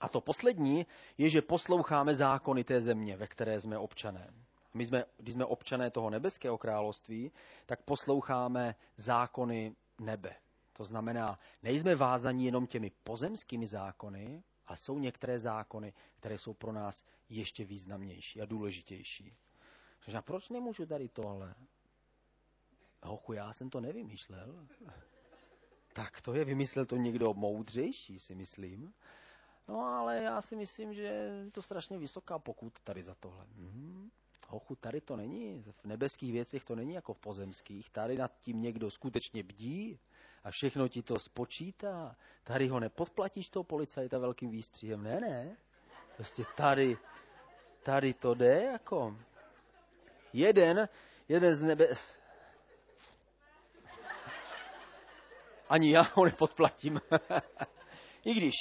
A to poslední je, že posloucháme zákony té země, ve které jsme občané. Když jsme občané toho nebeského království, tak posloucháme zákony nebe. To znamená, nejsme vázaní jenom těmi pozemskými zákony, ale jsou některé zákony, které jsou pro nás ještě významnější a důležitější. A proč nemůžu tady tohle? Hochu, já jsem to nevymýšlel. Tak to je, vymyslel to někdo moudřejší, si myslím. No ale já si myslím, že je to strašně vysoká pokuta tady za tohle. Hochu, tady to není. V nebeských věcech to není jako v pozemských. Tady nad tím někdo skutečně bdí a všechno ti to spočítá. Tady ho nepodplatíš toho policajta velkým výstřihem. Ne. Prostě tady to jde jako. Jeden z nebe... Ani já ho nepodplatím. I když.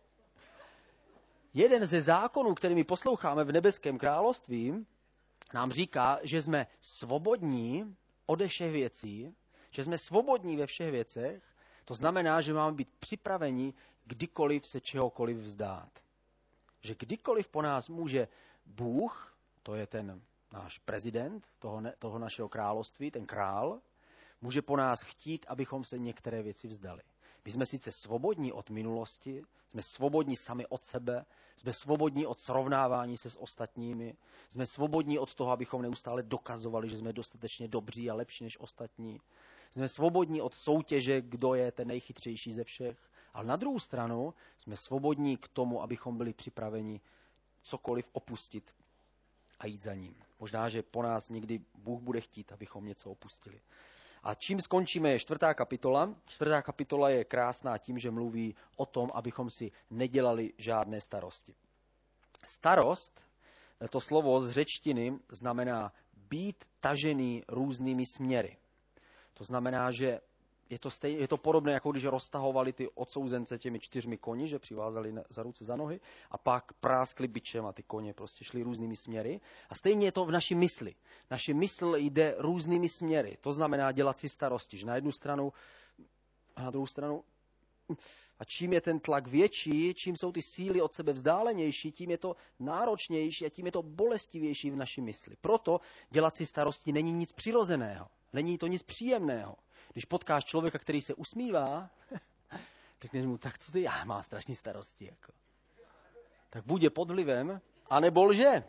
Jeden ze zákonů, kterými posloucháme v nebeském království, nám říká, že jsme svobodní ode všech věcí, že jsme svobodní ve všech věcech, to znamená, že máme být připraveni kdykoliv se čehokoliv vzdát. Že kdykoliv po nás může Bůh, to je ten náš prezident toho našeho království, ten král, může po nás chtít, abychom se některé věci vzdali. My jsme sice svobodní od minulosti, jsme svobodní sami od sebe, jsme svobodní od srovnávání se s ostatními, jsme svobodní od toho, abychom neustále dokazovali, že jsme dostatečně dobří a lepší než ostatní. Jsme svobodní od soutěže, kdo je ten nejchytřejší ze všech, ale na druhou stranu jsme svobodní k tomu, abychom byli připraveni cokoliv opustit a jít za ním. Možná, že po nás někdy Bůh bude chtít, abychom něco opustili. A čím skončíme je 4. kapitola. 4. kapitola je krásná tím, že mluví o tom, abychom si nedělali žádné starosti. Starost, to slovo z řečtiny, znamená být tažený různými směry. To znamená, že je to podobné, jako když roztahovali ty odsouzence těmi 4 koni, že přivázali za ruce za nohy a pak práskli bičem a ty koně prostě šly různými směry. A stejně je to v naší mysli. Naše mysl jde různými směry. To znamená dělat si starosti, že na jednu stranu a na druhou stranu. A čím je ten tlak větší, čím jsou ty síly od sebe vzdálenější, tím je to náročnější a tím je to bolestivější v naší mysli. Proto dělat si starosti není nic přirozeného. Není to nic příjemného. Když potkáš člověka, který se usmívá, řekneš mu, tak co ty, já mám strašný starosti. Jako. Tak buď je pod vlivem, anebo lže.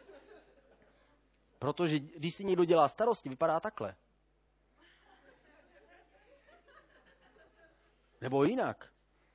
Protože když si někdo dělá starosti, vypadá takhle. Nebo jinak.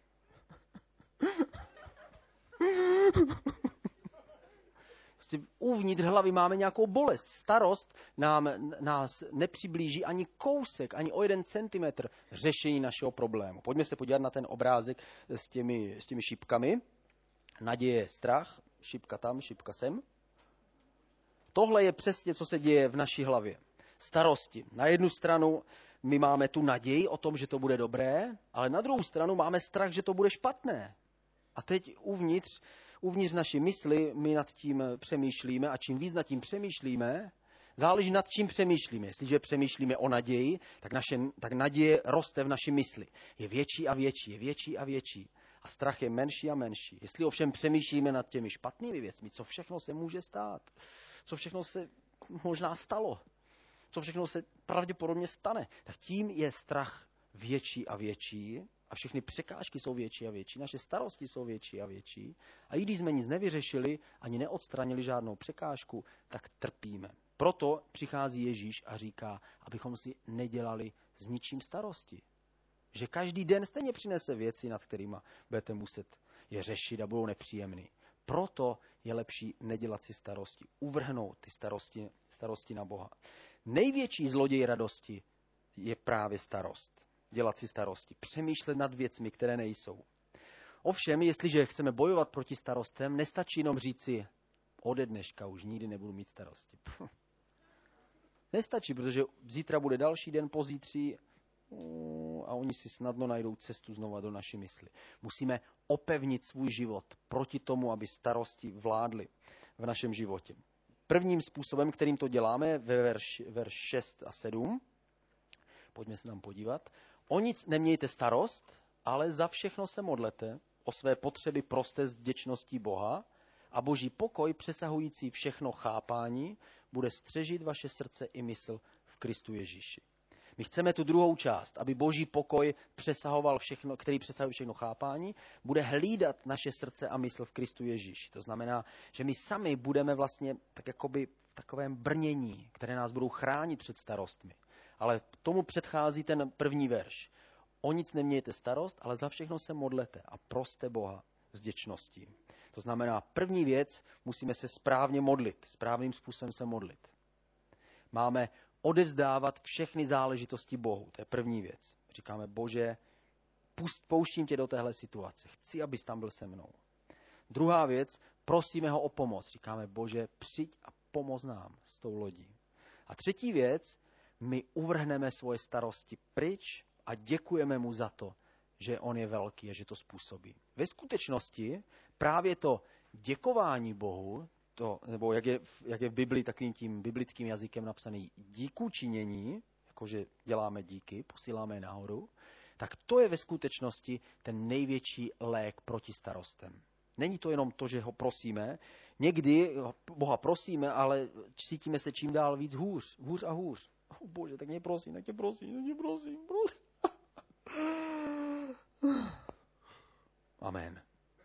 Uvnitř hlavy máme nějakou bolest. Starost nás nepřiblíží ani kousek, ani o 1 centimetr řešení našeho problému. Pojďme se podívat na ten obrázek s těmi šipkami. Naděje, strach, šipka tam, šipka sem. Tohle je přesně, co se děje v naší hlavě. Starosti. Na jednu stranu my máme tu naději o tom, že to bude dobré, ale na druhou stranu máme strach, že to bude špatné. A teď uvnitř naší mysli my nad tím přemýšlíme a čím víc nad tím přemýšlíme, záleží nad čím přemýšlíme. Jestliže přemýšlíme o naději, tak naděje roste v naší mysli. Je větší a větší, je větší a větší. A strach je menší a menší. Jestli ovšem přemýšlíme nad těmi špatnými věcmi, co všechno se může stát, co všechno se možná stalo, co všechno se pravděpodobně stane, tak tím je strach větší a větší a všechny překážky jsou větší a větší, naše starosti jsou větší a větší a i když jsme nic nevyřešili, ani neodstranili žádnou překážku, tak trpíme. Proto přichází Ježíš a říká, abychom si nedělali s ničím starosti. Že každý den stejně přinese věci, nad kterými budete muset je řešit a budou nepříjemný. Proto je lepší nedělat si starosti, uvrhnout ty starosti na Boha. Největší zloděj radosti je právě starost. Dělat si starosti, přemýšlet nad věcmi, které nejsou. Ovšem, jestliže chceme bojovat proti starostem, nestačí jenom říci, ode dneška už nikdy nebudu mít starosti. Nestačí, protože zítra bude další den, pozítří a oni si snadno najdou cestu znova do naší mysli. Musíme opevnit svůj život proti tomu, aby starosti vládly v našem životě. Prvním způsobem, kterým to děláme, ve verš 6 a 7, pojďme se nám podívat. O nic nemějte starost, ale za všechno se modlete o své potřeby proste s vděčností Boha a boží pokoj, přesahující všechno chápání, bude střežit vaše srdce i mysl v Kristu Ježíši. My chceme tu druhou část, aby boží pokoj přesahoval všechno, který přesahuje všechno chápání, bude hlídat naše srdce a mysl v Kristu Ježíši. To znamená, že my sami budeme vlastně tak jakoby v takovém brnění, které nás budou chránit před starostmi. Ale tomu předchází ten první verš. O nic nemějte starost, ale za všechno se modlete a proste Boha s vděčností. To znamená, první věc, musíme se správně modlit, správným způsobem se modlit. Máme odevzdávat všechny záležitosti Bohu, to je první věc. Říkáme, Bože, pouštím tě do téhle situace, chci, abys tam byl se mnou. Druhá věc, prosíme ho o pomoc. Říkáme, Bože, přijď a pomoz nám s tou lodí. A třetí věc, my uvrhneme svoje starosti pryč a děkujeme mu za to, že on je velký a že to způsobí. Ve skutečnosti právě to děkování Bohu, nebo jak je v Biblii takovým tím biblickým jazykem napsaný díku činění, jakože děláme díky, posíláme je nahoru, tak to je ve skutečnosti ten největší lék proti starostem. Není to jenom to, že ho prosíme. Někdy Boha prosíme, ale cítíme se čím dál víc hůř a hůř. Bože, tak mě prosím. Amen.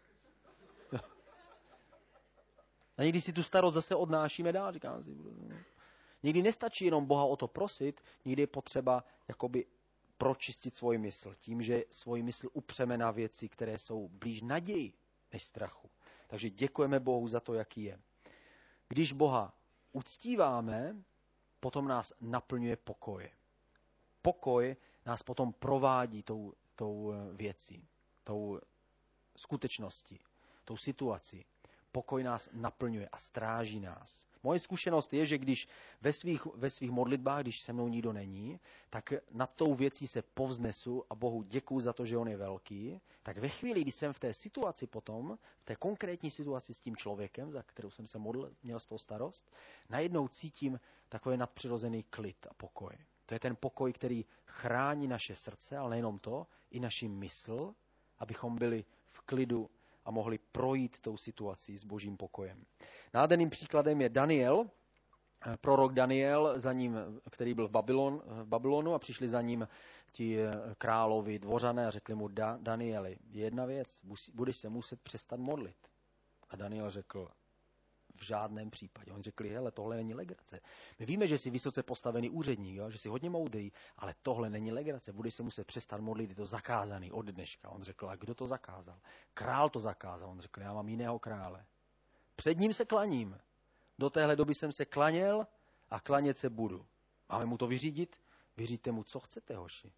A někdy si tu starost zase odnášíme dál, říkám si. Někdy nestačí jenom Boha o to prosit, někdy je potřeba jakoby pročistit svůj mysl. Tím, že svůj mysl upřeme na věci, které jsou blíž naději než strachu. Takže děkujeme Bohu za to, jaký je. Když Boha uctíváme, potom nás naplňuje pokoj. Pokoj nás potom provádí tou věcí, tou skutečností, tou situací. Pokoj nás naplňuje a stráží nás. Moje zkušenost je, že když ve svých modlitbách, když se mnou nikdo není, tak nad tou věcí se povznesu a Bohu děkuju za to, že on je velký, tak ve chvíli, kdy jsem v té situaci potom, v té konkrétní situaci s tím člověkem, za kterou jsem se modlil, měl z toho starost, najednou cítím takový nadpřirozený klid a pokoj. To je ten pokoj, který chrání naše srdce, ale nejenom to, i naši mysl, abychom byli v klidu a mohli projít tou situací s božím pokojem. Nádherným příkladem je Daniel, prorok Daniel, za ním, který byl v Babylonu a přišli za ním ti královi, dvořané a řekli mu, Danieli, jedna věc, budeš se muset přestat modlit. A Daniel řekl, v žádném případě. On řekli, hele, tohle není legrace. My víme, že jsi vysoce postavený úředník, jo? Že jsi hodně moudrý, ale tohle není legrace. Budeš se muset přestat modlit, je to zakázaný od dneška. On řekl, a kdo to zakázal? Král to zakázal. On řekl, já mám jiného krále. Před ním se klaním. Do téhle doby jsem se klaněl a klanět se budu. Máme mu to vyřídit? Vyříďte mu, co chcete, hoši.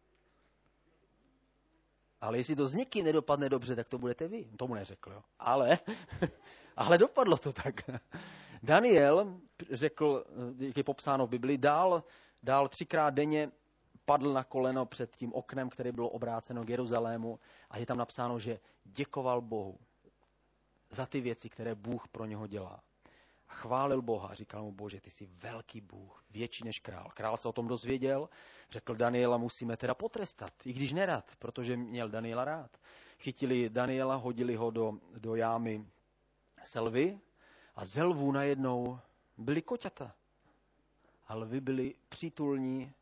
Ale jestli to s někým nedopadne dobře, tak to budete vy. Tomu neřekl, jo. Ale dopadlo to tak. Daniel řekl, jak je popsáno v Biblii, dál 3krát denně padl na koleno před tím oknem, které bylo obráceno k Jeruzalému a je tam napsáno, že děkoval Bohu za ty věci, které Bůh pro něho dělá. A chválil Boha a říkal mu, Bože, ty jsi velký Bůh, větší než král. Král se o tom dozvěděl, řekl, Daniela musíme teda potrestat, i když nerad, protože měl Daniela rád. Chytili Daniela, hodili ho do jámy se lvy a ze lvů najednou byly koťata. A lvy byly přítulní,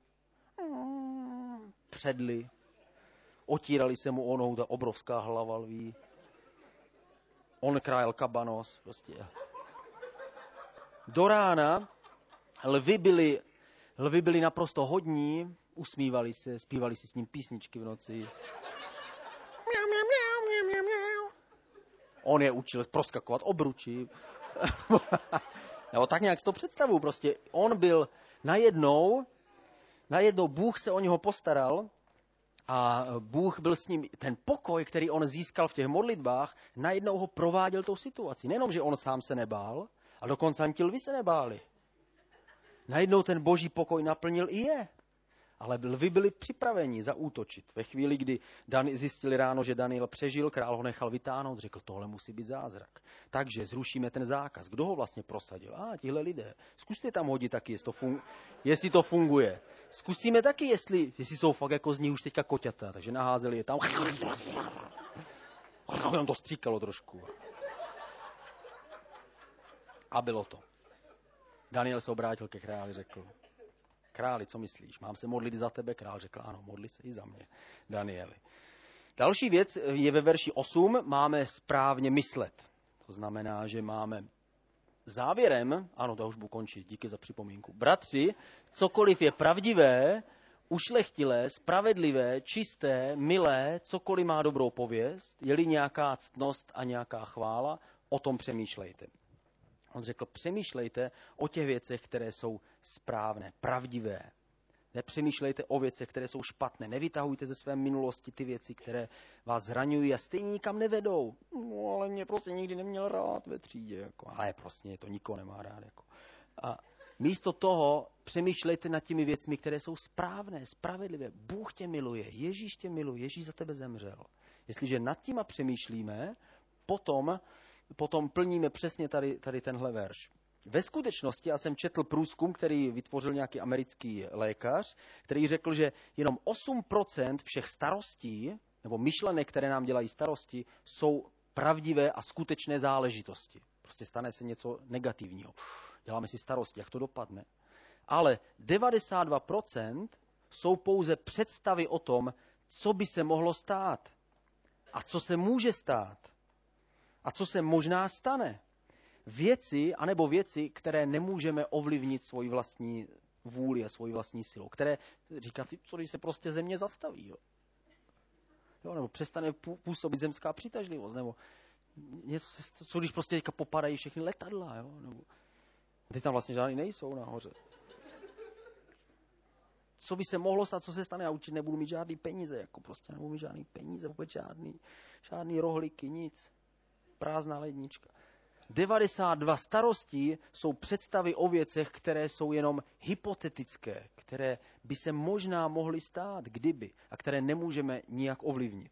předli, otírali se mu o nohu, ta obrovská hlava lví. On krájel kabanos, prostě. Do rána lvy byli naprosto hodní, usmívali se, zpívali si s ním písničky v noci. On je učil proskakovat obruči. Nebo tak nějak si to představuju. Prostě on byl najednou Bůh se o něho postaral a Bůh byl s ním. Ten pokoj, který on získal v těch modlitbách, najednou ho prováděl tou situací. Nejenom, že on sám se nebál, a dokonce ani ti lvi se nebáli. Najednou ten boží pokoj naplnil i je. Ale lvi byli připraveni zaútočit. Ve chvíli, kdy zjistili ráno, že Daniel přežil, král ho nechal vytáhnout, řekl, tohle musí být zázrak. Takže zrušíme ten zákaz. Kdo ho vlastně prosadil? Tihle lidé. Zkuste tam hodit taky, jestli to funguje. Zkusíme taky, jestli jsou fakt jako z nich už teďka koťata. Takže naházeli je tam. Tam to stříkalo trošku. A bylo to. Daniel se obrátil ke králi, řekl, králi, co myslíš? Mám se modlit za tebe? Král řekl, ano, modli se i za mě, Danieli. Další věc je ve verši 8, máme správně myslet. To znamená, že máme závěrem, ano, to už budu končit, díky za připomínku. Bratři, cokoliv je pravdivé, ušlechtilé, spravedlivé, čisté, milé, cokoliv má dobrou pověst, je-li nějaká ctnost a nějaká chvála, o tom přemýšlejte. On řekl, přemýšlejte o těch věcech, které jsou správné, pravdivé. Nepřemýšlejte o věcech, které jsou špatné. Nevytahujte ze své minulosti ty věci, které vás zraňují a stejně nikam nevedou. No, ale mě prostě nikdy neměl rád ve třídě. Jako. Ale prostě to nikoho nemá rád. Jako. A místo toho přemýšlejte nad těmi věcmi, které jsou správné, spravedlivé. Bůh tě miluje, Ježíš tě miluje, Ježíš za tebe zemřel. Jestliže nad těma přemýšlíme, potom plníme přesně tady tenhle verš. Ve skutečnosti, já jsem četl průzkum, který vytvořil nějaký americký lékař, který řekl, že jenom 8% všech starostí, nebo myšlenek, které nám dělají starosti, jsou pravdivé a skutečné záležitosti. Prostě stane se něco negativního. Děláme si starosti, jak to dopadne. Ale 92% jsou pouze představy o tom, co by se mohlo stát. A co se může stát. A co se možná stane. Věci, které nemůžeme ovlivnit svoji vlastní vůli a svoji vlastní silou. Které, říkat si, co když se prostě země zastaví. Jo, nebo přestane působit zemská přitažlivost. Nebo něco, co když prostě teďka popadají všechny letadla. Jo, nebo teď tam vlastně žádný nejsou nahoře. Co by se mohlo stát, co se stane, já určitě nebudu mít žádný peníze. Jako prostě nebudu mít žádný peníze, vůbec žádný rohlíky, nic. Prázdná lednička. 92 starostí jsou představy o věcech, které jsou jenom hypotetické, které by se možná mohly stát, kdyby, a které nemůžeme nijak ovlivnit.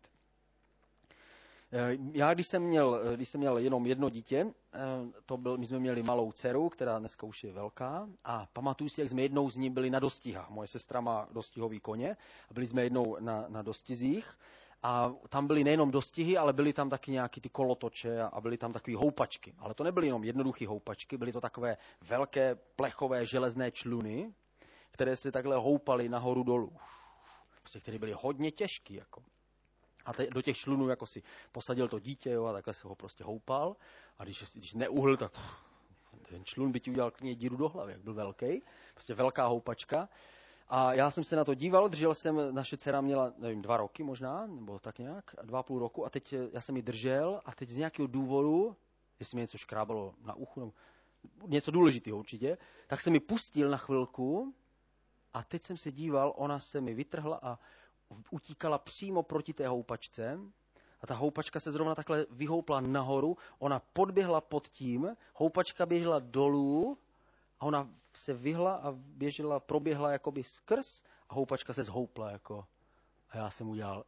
Já, když jsem měl jenom jedno dítě, my jsme měli malou dceru, která dneska už je velká, a pamatuju si, jak jsme jednou z ní byli na dostihách. Moje sestra má dostihový koně a byli jsme jednou na dostizích. A tam byly nejenom dostihy, ale byly tam taky nějaký ty kolotoče a byly tam takové houpačky. Ale to nebyly jenom jednoduché houpačky, byly to takové velké plechové železné čluny, které se takhle houpaly nahoru dolů. Prostě které byly hodně těžké. Jako. A do těch člunů jako si posadil to dítě, jo, a takhle se ho prostě houpal. A když neuhl, tak ten člun by ti udělal klidně díru do hlavy, jak byl velký. Prostě velká houpačka. A já jsem se na to díval, naše dcera měla, nevím, 2 roky možná, nebo tak nějak, 2,5 roku, a teď já jsem ji držel a teď z nějakého důvodu, jestli mi něco škrábalo na uchu, nebo něco důležitého určitě, tak jsem mi pustil na chvilku a teď jsem se díval, ona se mi vytrhla a utíkala přímo proti té houpačce a ta houpačka se zrovna takhle vyhoupla nahoru, ona podběhla pod tím, houpačka běžela dolů, a ona se vyhla a proběhla jakoby skrz a houpačka se zhoupla jako. A já jsem udělal.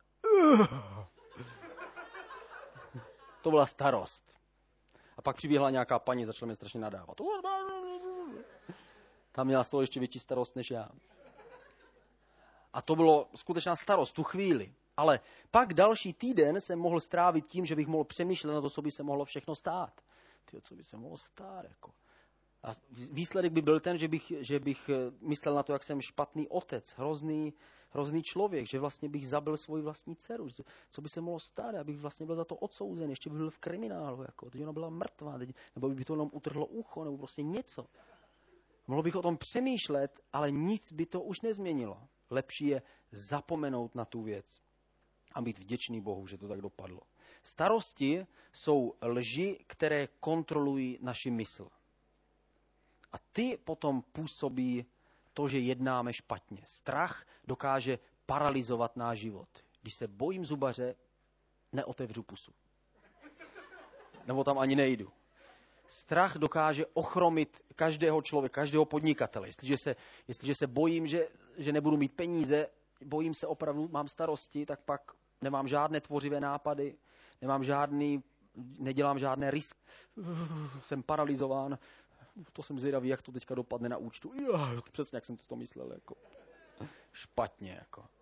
To byla starost. A pak přiběhla nějaká paní, začala mě strašně nadávat. Tam měla z toho ještě větší starost než já. A to bylo skutečná starost tu chvíli. Ale pak další týden jsem mohl strávit tím, že bych mohl přemýšlet na to, co by se mohlo všechno stát. Co by se mohlo stát, jako. A výsledek by byl ten, že bych myslel na to, jak jsem špatný otec, hrozný člověk, že vlastně bych zabil svoji vlastní dceru. Co by se mohlo stát? Já bych vlastně byl za to odsouzen, ještě bych byl v kriminálu. Jako. Teď ona byla mrtvá, nebo by to jenom utrhlo ucho, nebo prostě něco. Mohl bych o tom přemýšlet, ale nic by to už nezměnilo. Lepší je zapomenout na tu věc a být vděčný Bohu, že to tak dopadlo. Starosti jsou lži, které kontrolují naši mysl. A ty potom působí to, že jednáme špatně. Strach dokáže paralyzovat náš život. Když se bojím zubaře, neotevřu pusu. Nebo tam ani nejdu. Strach dokáže ochromit každého člověka, každého podnikatele. Jestliže se bojím, že nebudu mít peníze, bojím se opravdu, mám starosti, tak pak nemám žádné tvořivé nápady, nedělám žádné risk. Jsem paralyzován. To jsem zvědavý, jak to teďka dopadne na účtu. Přesně, jak jsem to myslel. Jako. Špatně. Jako.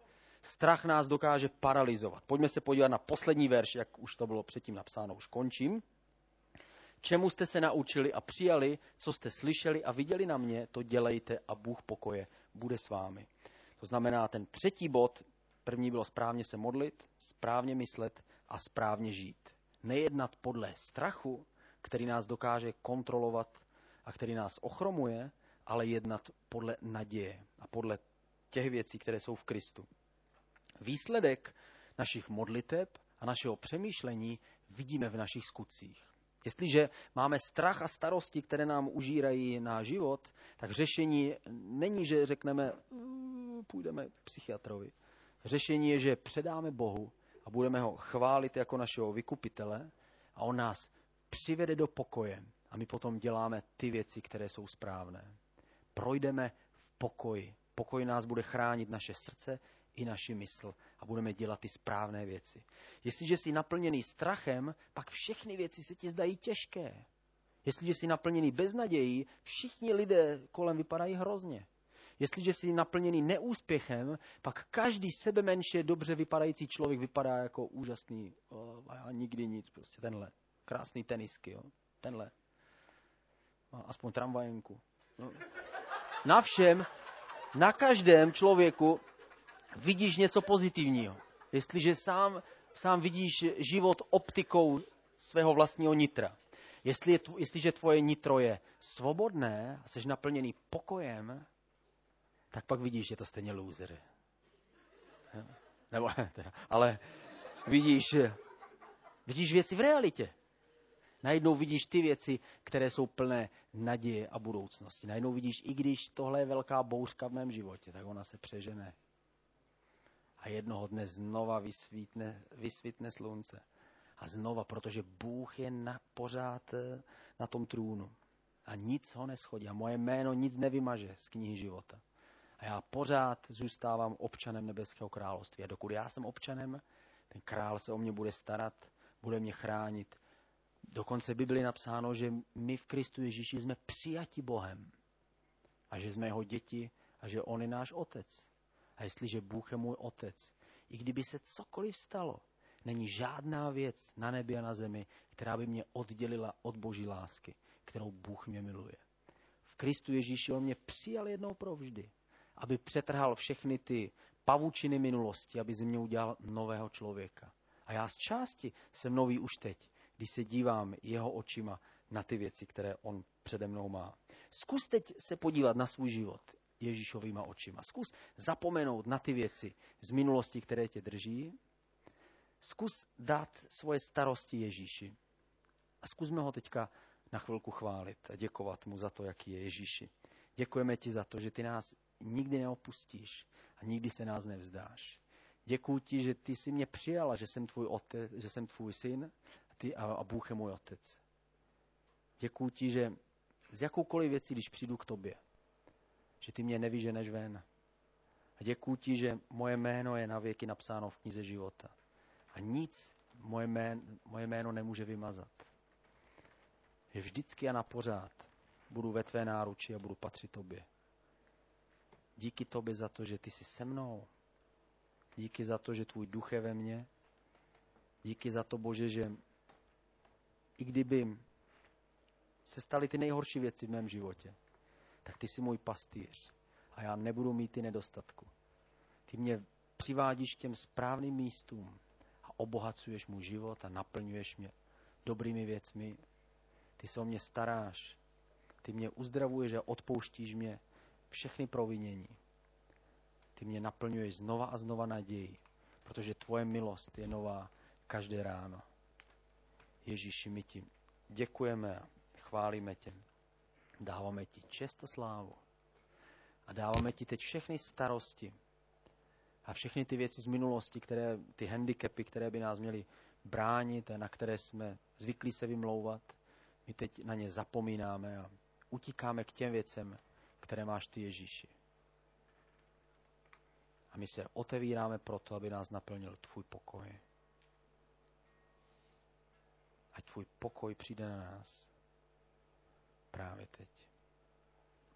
Strach nás dokáže paralyzovat. Pojďme se podívat na poslední verš, jak už to bylo předtím napsáno, už končím. Čemu jste se naučili a přijali, co jste slyšeli a viděli na mě, to dělejte a Bůh pokoje bude s vámi. To znamená ten třetí bod, první bylo správně se modlit, správně myslet a správně žít. Nejednat podle strachu, který nás dokáže kontrolovat a který nás ochromuje, ale jednat podle naděje a podle těch věcí, které jsou v Kristu. Výsledek našich modliteb a našeho přemýšlení vidíme v našich skutcích. Jestliže máme strach a starosti, které nám užírají náš život, tak řešení není, že řekneme, půjdeme k psychiatrovi. Řešení je, že předáme Bohu a budeme ho chválit jako našeho vykupitele a on nás přivede do pokoje a my potom děláme ty věci, které jsou správné. Projdeme v pokoji. Pokoj nás bude chránit naše srdce i naši mysl a budeme dělat ty správné věci. Jestliže jsi naplněný strachem, pak všechny věci se ti zdají těžké. Jestliže jsi naplněný beznadějí, všichni lidé kolem vypadají hrozně. Jestliže jsi naplněný neúspěchem, pak každý sebemenše dobře vypadající člověk vypadá jako úžasný, a nikdy nic, prostě tenhle. Krásný tenisky, jo. Tenhle. Aspoň tramvajenku. No. Na všem, na každém člověku vidíš něco pozitivního. Jestliže sám vidíš život optikou svého vlastního nitra. Jestliže tvoje nitro je svobodné a jsi naplněný pokojem, tak pak vidíš, že to stejně loser. Ale vidíš věci v realitě. Najednou vidíš ty věci, které jsou plné naděje a budoucnosti. Najednou vidíš, i když tohle je velká bouřka v mém životě, tak ona se přežene. A jednoho dne znova vysvítne slunce. A znova, protože Bůh je pořád na tom trůnu. A nic ho neschodí. A moje jméno nic nevymaže z knihy života. A já pořád zůstávám občanem nebeského království. A dokud já jsem občanem, ten král se o mě bude starat, bude mě chránit. Dokonce v Bibli napsáno, že my v Kristu Ježíši jsme přijati Bohem. A že jsme jeho děti a že on je náš otec. A jestliže Bůh je můj otec, i kdyby se cokoliv stalo, není žádná věc na nebi a na zemi, která by mě oddělila od Boží lásky, kterou Bůh mě miluje. V Kristu Ježíši on mě přijal jednou provždy, aby přetrhal všechny ty pavučiny minulosti, aby z mě udělal nového člověka. A já z části jsem nový už teď, když se dívám jeho očima na ty věci, které on přede mnou má. Zkus teď se podívat na svůj život Ježíšovýma očima. Zkus zapomenout na ty věci z minulosti, které tě drží. Zkus dát svoje starosti Ježíši. A zkusme ho teďka na chvilku chválit a děkovat mu za to, jaký je Ježíši. Děkujeme ti za to, že ty nás nikdy neopustíš a nikdy se nás nevzdáš. Děkuji ti, že ty jsi mě přijala, že jsem tvůj otec, že jsem tvůj syn a Bůh je můj otec. Děkuji ti, že z jakoukoliv věcí, když přijdu k tobě, že ty mě nevyženeš ven. A děkuji ti, že moje jméno je na věky napsáno v knize života. A nic moje jméno nemůže vymazat. Že vždycky a na pořád budu ve tvé náruči a budu patřit tobě. Díky tobě za to, že ty jsi se mnou. Díky za to, že tvůj duch je ve mně. Díky za to, Bože, že i kdyby se staly ty nejhorší věci v mém životě, tak ty jsi můj pastýř a já nebudu mít ty nedostatku. Ty mě přivádíš k těm správným místům a obohacuješ můj život a naplňuješ mě dobrými věcmi. Ty se o mě staráš, ty mě uzdravuješ a odpouštíš mě všechny provinění. Ty mě naplňuješ znova a znova naději, protože tvoje milost je nová každé ráno. Ježíši, my ti děkujeme a chválíme tě. Dáváme ti čest a slávu. A dáváme ti teď všechny starosti a všechny ty věci z minulosti, ty handicapy, které by nás měly bránit a na které jsme zvyklí se vymlouvat. My teď na ně zapomínáme a utíkáme k těm věcem, které máš ty, Ježíši. A my se otevíráme proto, aby nás naplnil tvůj pokoj. Ať tvůj pokoj přijde na nás právě teď.